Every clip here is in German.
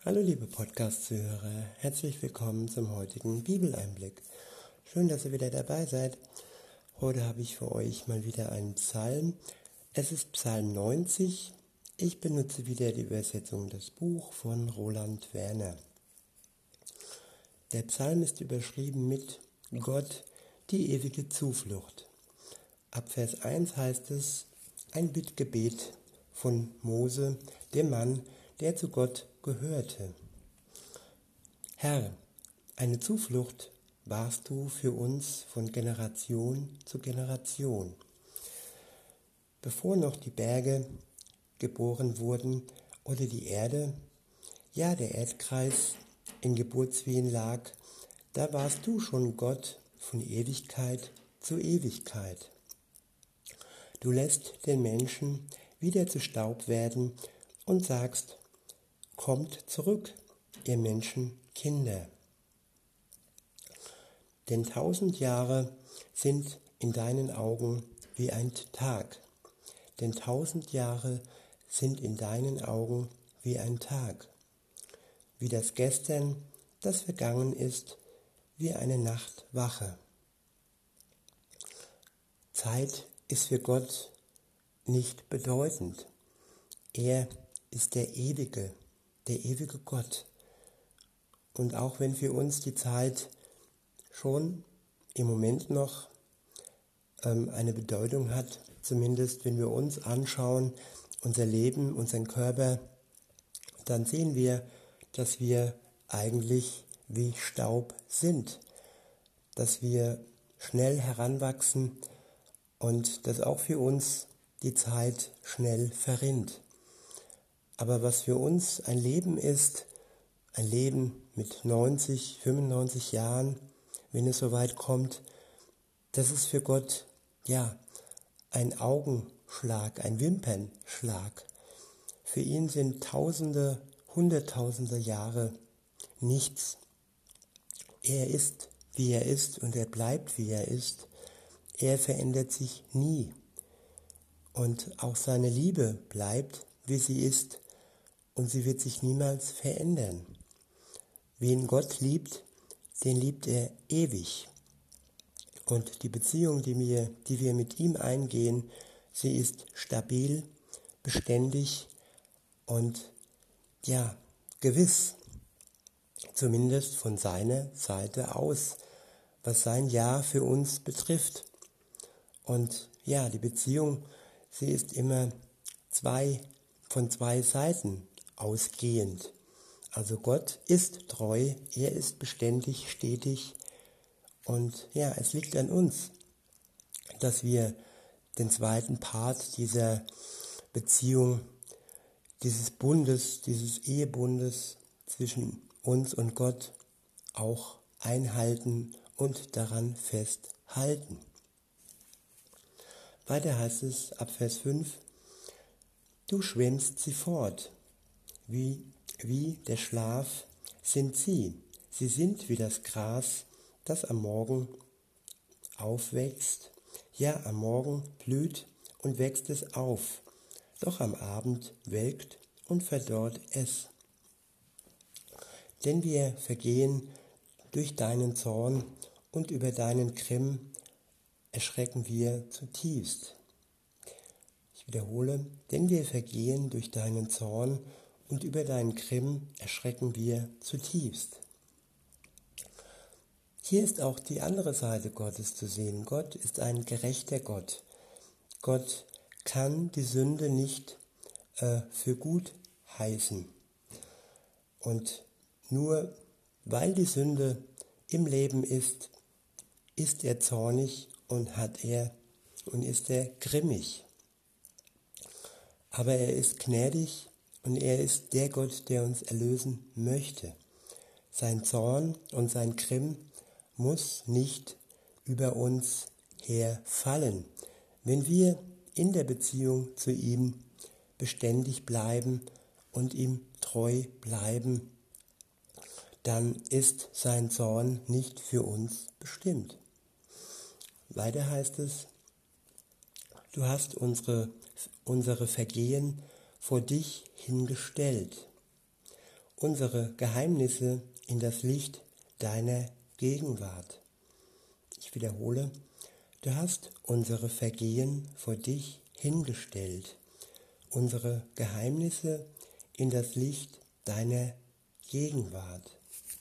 Hallo liebe Podcast-Zuhörer, herzlich willkommen zum heutigen Bibeleinblick. Schön, dass ihr wieder dabei seid. Heute habe ich für euch mal wieder einen Psalm. Es ist Psalm 90. Ich benutze wieder die Übersetzung des Buch von Roland Werner. Der Psalm ist überschrieben mit Gott, die ewige Zuflucht. Ab Vers 1 heißt es, ein Bittgebet von Mose, dem Mann, der zu Gott gehörte. Herr, eine Zuflucht warst du für uns von Generation zu Generation. Bevor noch die Berge geboren wurden oder die Erde, ja der Erdkreis in Geburtswehen lag, da warst du schon Gott von Ewigkeit zu Ewigkeit. Du lässt den Menschen wieder zu Staub werden und sagst, kommt zurück, ihr Menschenkinder. Denn 1000 Jahre sind in deinen Augen wie ein Tag. Denn 1000 Jahre sind in deinen Augen wie ein Tag. Wie das Gestern, das vergangen ist, wie eine Nachtwache. Zeit ist für Gott nicht bedeutend. Er ist der ewige Gott. Und auch wenn für uns die Zeit schon im Moment noch eine Bedeutung hat, zumindest wenn wir uns anschauen, unser Leben, unseren Körper, dann sehen wir, dass wir eigentlich wie Staub sind, dass wir schnell heranwachsen und dass auch für uns die Zeit schnell verrinnt. Aber was für uns ein Leben ist, ein Leben mit 90, 95 Jahren, wenn es soweit kommt, das ist für Gott ein Augenschlag, ein Wimpernschlag. Für ihn sind Tausende, Hunderttausende Jahre nichts. Er ist, wie er ist und er bleibt, wie er ist. Er verändert sich nie. Und auch seine Liebe bleibt, wie sie ist und sie wird sich niemals verändern. Wen Gott liebt, den liebt er ewig. Und die Beziehung, die wir mit ihm eingehen, sie ist stabil, beständig und gewiss, zumindest von seiner Seite aus, was sein Ja für uns betrifft. Und die Beziehung, sie ist immer von zwei Seiten ausgehend. Also Gott ist treu, er ist beständig, stetig und es liegt an uns, dass wir den zweiten Part dieser Beziehung, dieses Bundes, dieses Ehebundes zwischen uns und Gott auch einhalten und daran festhalten. Weiter heißt es ab Vers 5, du schwemmst sie fort, wie der Schlaf sind sie sind wie das Gras, das am Morgen aufwächst, ja am Morgen blüht und wächst es auf, doch am Abend welkt und verdorrt es. Denn wir vergehen durch deinen Zorn und über deinen Grimm erschrecken wir zutiefst. Ich wiederhole, denn wir vergehen durch deinen Zorn und über deinen Grimm erschrecken wir zutiefst. Hier ist auch die andere Seite Gottes zu sehen. Gott ist ein gerechter Gott. Gott kann die Sünde nicht für gut heißen. Und nur weil die Sünde im Leben ist er zornig und ist er grimmig. Aber er ist gnädig und er ist der Gott, der uns erlösen möchte. Sein Zorn und sein Grimm muss nicht über uns herfallen, wenn wir in der Beziehung zu ihm beständig bleiben und ihm treu bleiben, dann ist sein Zorn nicht für uns bestimmt. Weiter heißt es, du hast unsere Vergehen vor dich hingestellt unsere Geheimnisse in das Licht deiner Gegenwart. Ich wiederhole, du hast unsere Vergehen vor dich hingestellt, unsere Geheimnisse in das Licht deiner Gegenwart.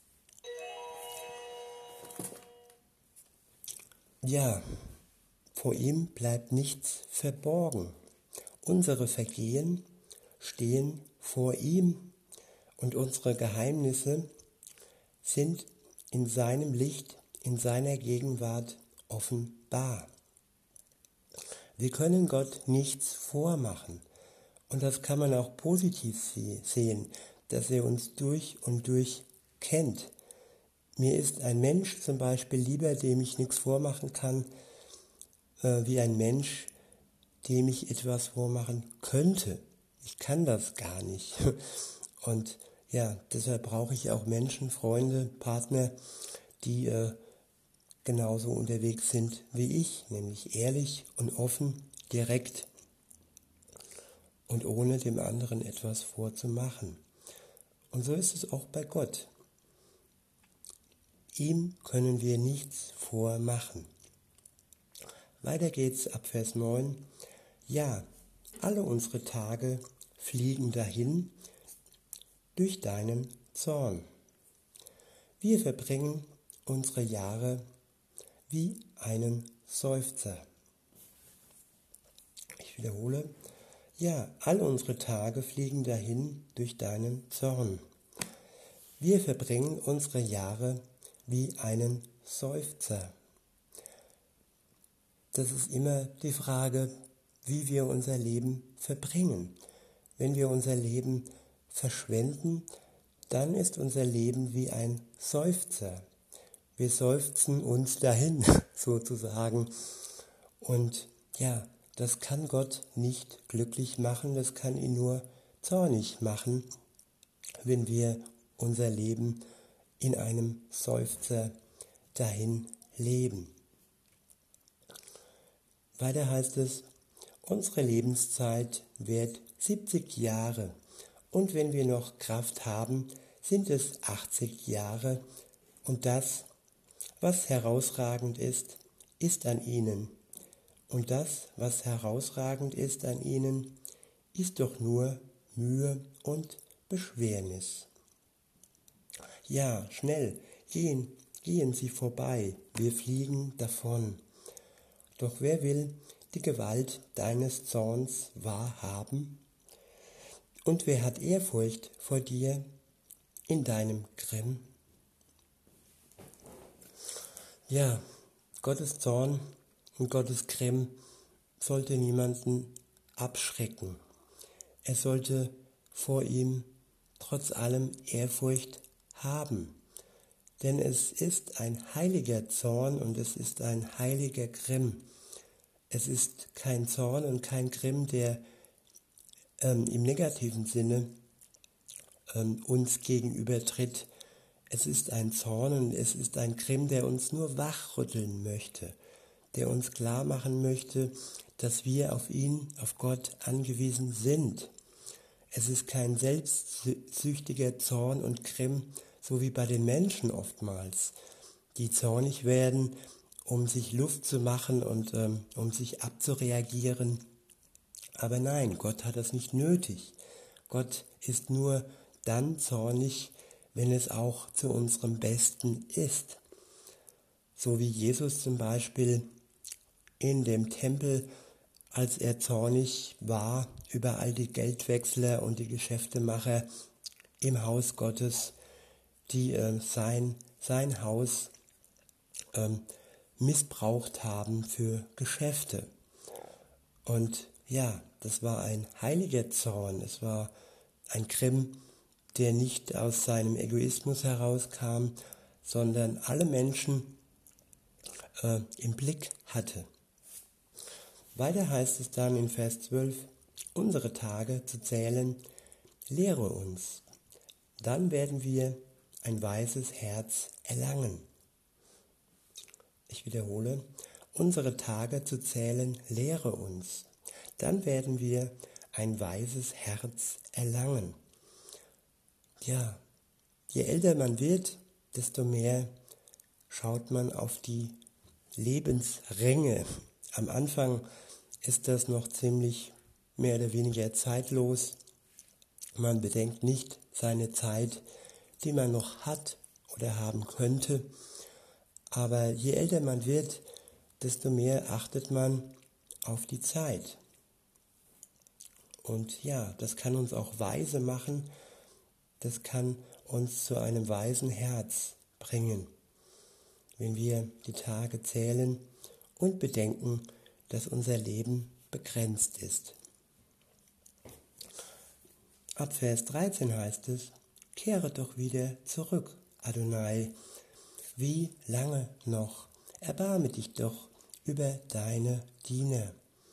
Ja, vor ihm bleibt nichts verborgen. Unsere Vergehen stehen vor ihm und unsere Geheimnisse sind in seinem Licht, in seiner Gegenwart offenbar. Wir können Gott nichts vormachen und das kann man auch positiv sehen, dass er uns durch und durch kennt. Mir ist ein Mensch zum Beispiel lieber, dem ich nichts vormachen kann, wie ein Mensch, dem ich etwas vormachen könnte. Ich kann das gar nicht. Und ja, deshalb brauche ich auch Menschen, Freunde, Partner, die genauso unterwegs sind wie ich, nämlich ehrlich und offen, direkt und ohne dem anderen etwas vorzumachen. Und so ist es auch bei Gott. Ihm können wir nichts vormachen. Weiter geht's ab Vers 9. Ja, alle unsere Tage fliegen dahin durch deinen Zorn. Wir verbringen unsere Jahre wie einen Seufzer. Ich wiederhole, ja, all unsere Tage fliegen dahin durch deinen Zorn. Wir verbringen unsere Jahre wie einen Seufzer. Das ist immer die Frage, wie wir unser Leben verbringen. Wenn wir unser Leben verschwenden, dann ist unser Leben wie ein Seufzer. Wir seufzen uns dahin, sozusagen. Und ja, das kann Gott nicht glücklich machen, das kann ihn nur zornig machen, wenn wir unser Leben in einem Seufzer dahin leben. Weiter heißt es, unsere Lebenszeit währt 70 Jahre und wenn wir noch Kraft haben, sind es 80 Jahre und das, was herausragend ist, ist an ihnen. Und das, was herausragend ist an ihnen, ist doch nur Mühe und Beschwernis. Ja, schnell, gehen sie vorbei, wir fliegen davon. Doch wer will die Gewalt deines Zorns wahrhaben? Und wer hat Ehrfurcht vor dir in deinem Grimm? Ja, Gottes Zorn und Gottes Grimm sollte niemanden abschrecken. Er sollte vor ihm trotz allem Ehrfurcht haben. Denn es ist ein heiliger Zorn und es ist ein heiliger Grimm. Es ist kein Zorn und kein Grimm, der im negativen Sinne uns gegenübertritt. Es ist ein Zorn und es ist ein Grimm, der uns nur wachrütteln möchte, der uns klar machen möchte, dass wir auf ihn, auf Gott angewiesen sind. Es ist kein selbstsüchtiger Zorn und Grimm, so wie bei den Menschen oftmals, die zornig werden, um sich Luft zu machen und um sich abzureagieren. Aber nein, Gott hat das nicht nötig. Gott ist nur dann zornig, wenn es auch zu unserem Besten ist. So wie Jesus zum Beispiel in dem Tempel, als er zornig war über all die Geldwechsler und die Geschäftemacher im Haus Gottes, die sein Haus missbraucht haben für Geschäfte. Und ja, das war ein heiliger Zorn, es war ein Grimm, der nicht aus seinem Egoismus herauskam, sondern alle Menschen im Blick hatte. Weiter heißt es dann in Vers 12, unsere Tage zu zählen, lehre uns, dann werden wir ein weises Herz erlangen. Ich wiederhole, unsere Tage zu zählen, lehre uns, dann werden wir ein weises Herz erlangen. Ja, Je älter man wird, desto mehr schaut man auf die Lebensränge. Am Anfang ist das noch ziemlich mehr oder weniger zeitlos. Man bedenkt nicht seine Zeit, die man noch hat oder haben könnte. Aber je älter man wird, desto mehr achtet man auf die Zeit. Und ja, das kann uns auch weise machen, das kann uns zu einem weisen Herz bringen, wenn wir die Tage zählen und bedenken, dass unser Leben begrenzt ist. Ab Vers 13 heißt es, kehre doch wieder zurück, Adonai, wie lange noch? Erbarme dich doch über deine Diener.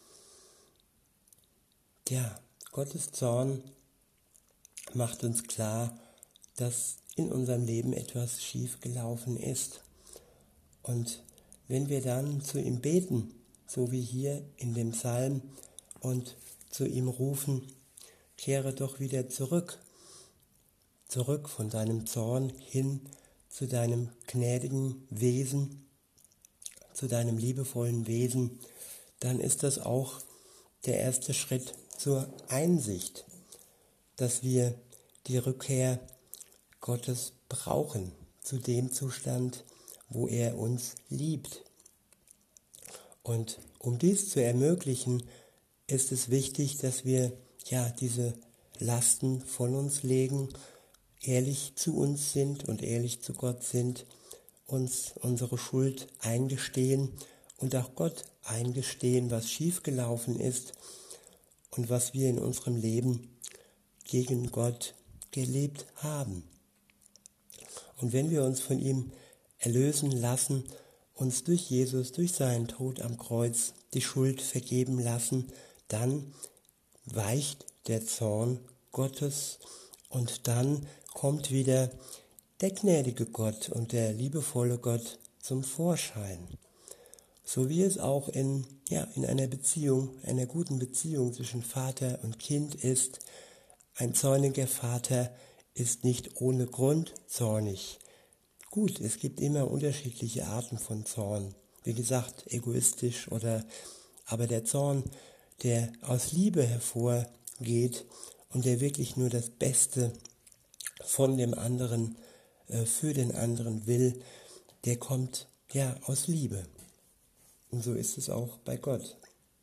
Ja, Gottes Zorn macht uns klar, dass in unserem Leben etwas schiefgelaufen ist. Und wenn wir dann zu ihm beten, so wie hier in dem Psalm, und zu ihm rufen, kehre doch wieder zurück von deinem Zorn hin zu deinem gnädigen Wesen, zu deinem liebevollen Wesen, dann ist das auch der erste Schritt zur Einsicht, dass wir die Rückkehr Gottes brauchen zu dem Zustand, wo er uns liebt. Und um dies zu ermöglichen, ist es wichtig, dass wir diese Lasten von uns legen, ehrlich zu uns sind und ehrlich zu Gott sind, uns unsere Schuld eingestehen und auch Gott eingestehen, was schiefgelaufen ist und was wir in unserem Leben gegen Gott gelebt haben. Und wenn wir uns von ihm erlösen lassen, uns durch Jesus, durch seinen Tod am Kreuz die Schuld vergeben lassen, dann weicht der Zorn Gottes und dann kommt wieder der gnädige Gott und der liebevolle Gott zum Vorschein. So wie es auch in einer Beziehung, einer guten Beziehung zwischen Vater und Kind ist. Ein zorniger Vater ist nicht ohne Grund zornig. Gut, es gibt immer unterschiedliche Arten von Zorn. Wie gesagt, egoistisch aber der Zorn, der aus Liebe hervorgeht und der wirklich nur das Beste von dem anderen, für den anderen will, der kommt aus Liebe. Und so ist es auch bei Gott.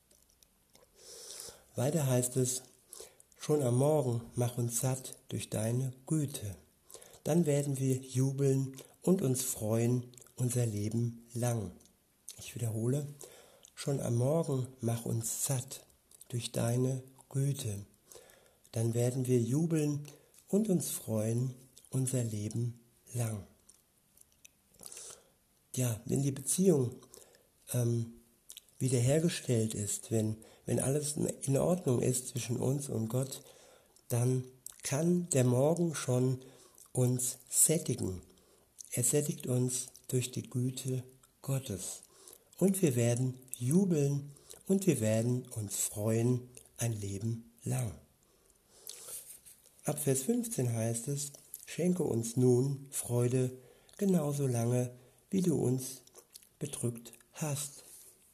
Weiter heißt es, schon am Morgen mach uns satt durch deine Güte. Dann werden wir jubeln und uns freuen unser Leben lang. Ich wiederhole, schon am Morgen mach uns satt durch deine Güte. Dann werden wir jubeln und uns freuen unser Leben lang. Ja, wenn die Beziehung wiederhergestellt ist, wenn alles in Ordnung ist zwischen uns und Gott, dann kann der Morgen schon uns sättigen. Er sättigt uns durch die Güte Gottes. Und wir werden jubeln und wir werden uns freuen ein Leben lang. Ab Vers 15 heißt es, schenke uns nun Freude genauso lange, wie du uns bedrückt hast.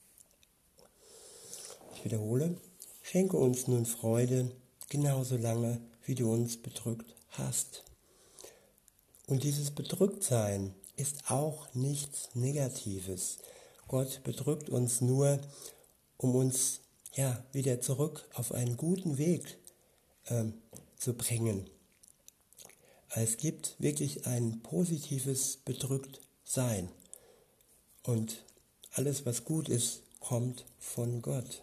Ich wiederhole, schenke uns nun Freude genauso lange, wie du uns bedrückt hast. Und dieses Bedrücktsein ist auch nichts Negatives. Gott bedrückt uns nur, um uns wieder zurück auf einen guten Weg zu bringen. Es gibt wirklich ein positives Bedrücktsein. Und alles, was gut ist, kommt von Gott.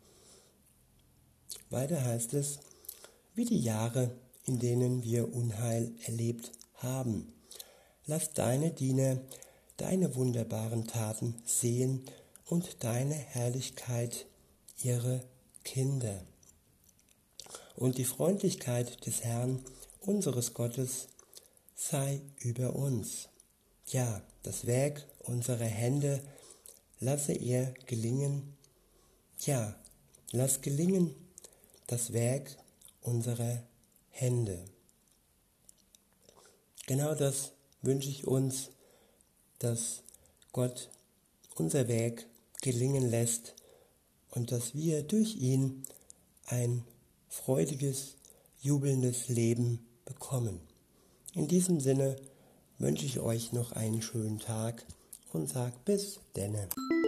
Weiter heißt es, wie die Jahre, in denen wir Unheil erlebt haben. Lass deine Diener deine wunderbaren Taten sehen und deine Herrlichkeit ihre Kinder. Und die Freundlichkeit des Herrn, unseres Gottes, sei über uns. Ja, das Werk unserer Hände lasse er gelingen. Ja, lass gelingen das Werk unserer Hände. Genau das wünsche ich uns, dass Gott unser Weg gelingen lässt und dass wir durch ihn ein freudiges, jubelndes Leben bekommen. In diesem Sinne wünsche ich euch noch einen schönen Tag und sage bis denne.